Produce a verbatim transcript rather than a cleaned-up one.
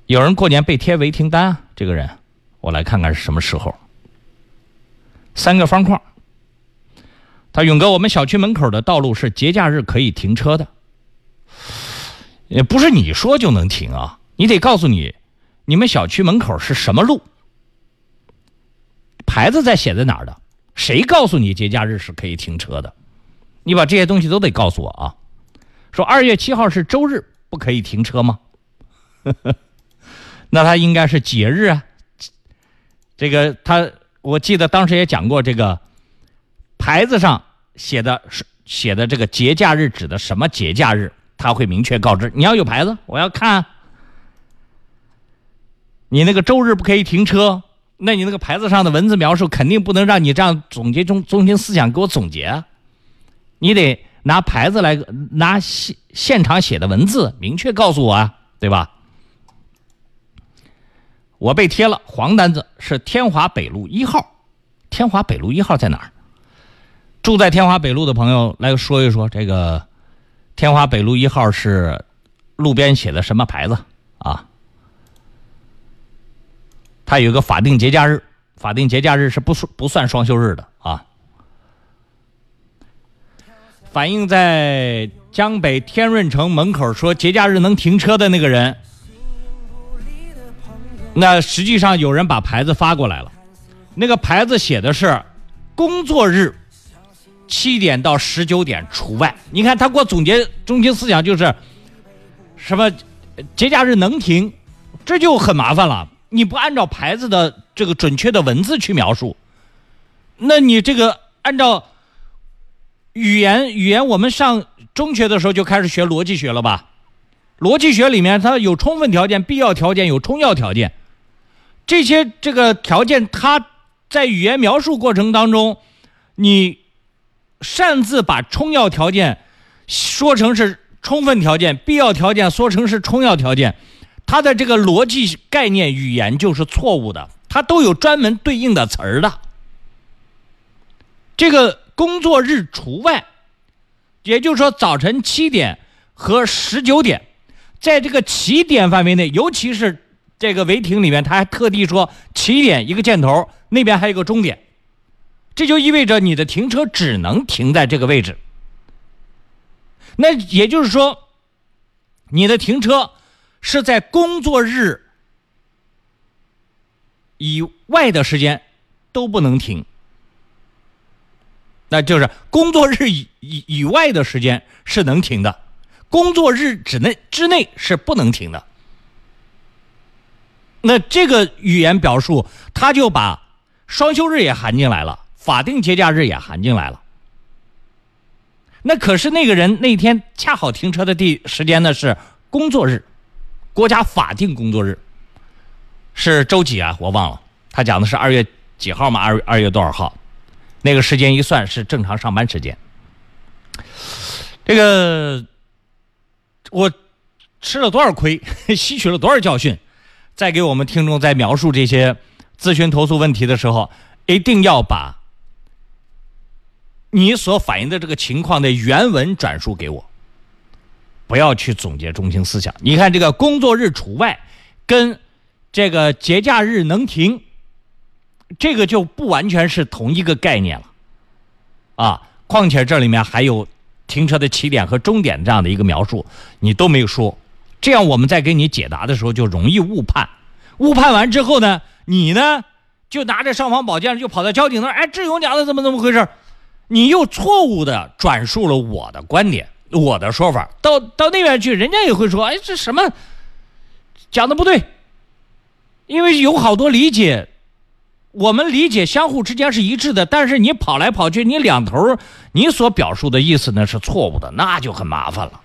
有人过年被贴违停单啊，这个人，我来看看是什么时候。三个方框，他勇哥，我们小区门口的道路是节假日可以停车的，也不是你说就能停啊，你得告诉你，你们小区门口是什么路，牌子在写在哪儿的，谁告诉你节假日是可以停车的？你把这些东西都得告诉我啊。说二月七号是周日，不可以停车吗？那他应该是节日啊。这个他，我记得当时也讲过，这个牌子上写的写的这个节假日指的什么节假日，他会明确告知。你要有牌子，我要看。你那个周日不可以停车，那你那个牌子上的文字描述肯定不能让你这样总结中中心思想给我总结啊，你得拿牌子来，拿现现场写的文字明确告诉我啊，对吧？我被贴了黄单子，是天华北路一号。天华北路一号在哪儿？住在天华北路的朋友来说一说，这个天华北路一号是路边写的什么牌子啊？它有一个法定节假日，法定节假日是不不算双休日的啊。反映在江北天润城门口说节假日能停车的那个人，那实际上有人把牌子发过来了，那个牌子写的是工作日七点到十九点除外。你看他给我总结中心思想就是什么节假日能停，这就很麻烦了。你不按照牌子的这个准确的文字去描述，那你这个按照语言语言我们上中学的时候就开始学逻辑学了吧？逻辑学里面它有充分条件、必要条件、有充要条件，这些这个条件它在语言描述过程当中，你擅自把充要条件说成是充分条件，必要条件说成是充要条件，它的这个逻辑概念语言就是错误的，它都有专门对应的词儿的。这个工作日除外，也就是说早晨七点和十九点，在这个起点范围内，尤其是这个违停里面，他还特地说起点一个箭头，那边还有一个终点，这就意味着你的停车只能停在这个位置。那也就是说，你的停车是在工作日以外的时间都不能停，那就是工作日以以以外的时间是能停的，工作日之内之内是不能停的。那这个语言表述，他就把双休日也含进来了，法定节假日也含进来了。那可是那个人那天恰好停车的地时间呢是工作日，国家法定工作日是周几啊？我忘了，他讲的是二月几号嘛？二二月多少号？那个时间一算是正常上班时间。这个我吃了多少亏，吸取了多少教训，再给我们听众在描述这些咨询投诉问题的时候，一定要把你所反映的这个情况的原文转述给我，不要去总结中心思想。你看这个工作日除外跟这个节假日能停，这个就不完全是同一个概念了啊！况且这里面还有停车的起点和终点这样的一个描述，你都没有说，这样我们在给你解答的时候就容易误判。误判完之后呢，你呢就拿着尚方宝剑就跑到交警那儿，哎，志勇讲的怎么怎么回事？你又错误的转述了我的观点，我的说法，到到那边去，人家也会说，哎，这什么讲的不对，因为有好多理解。我们理解相互之间是一致的，但是你跑来跑去，你两头你所表述的意思呢是错误的，那就很麻烦了。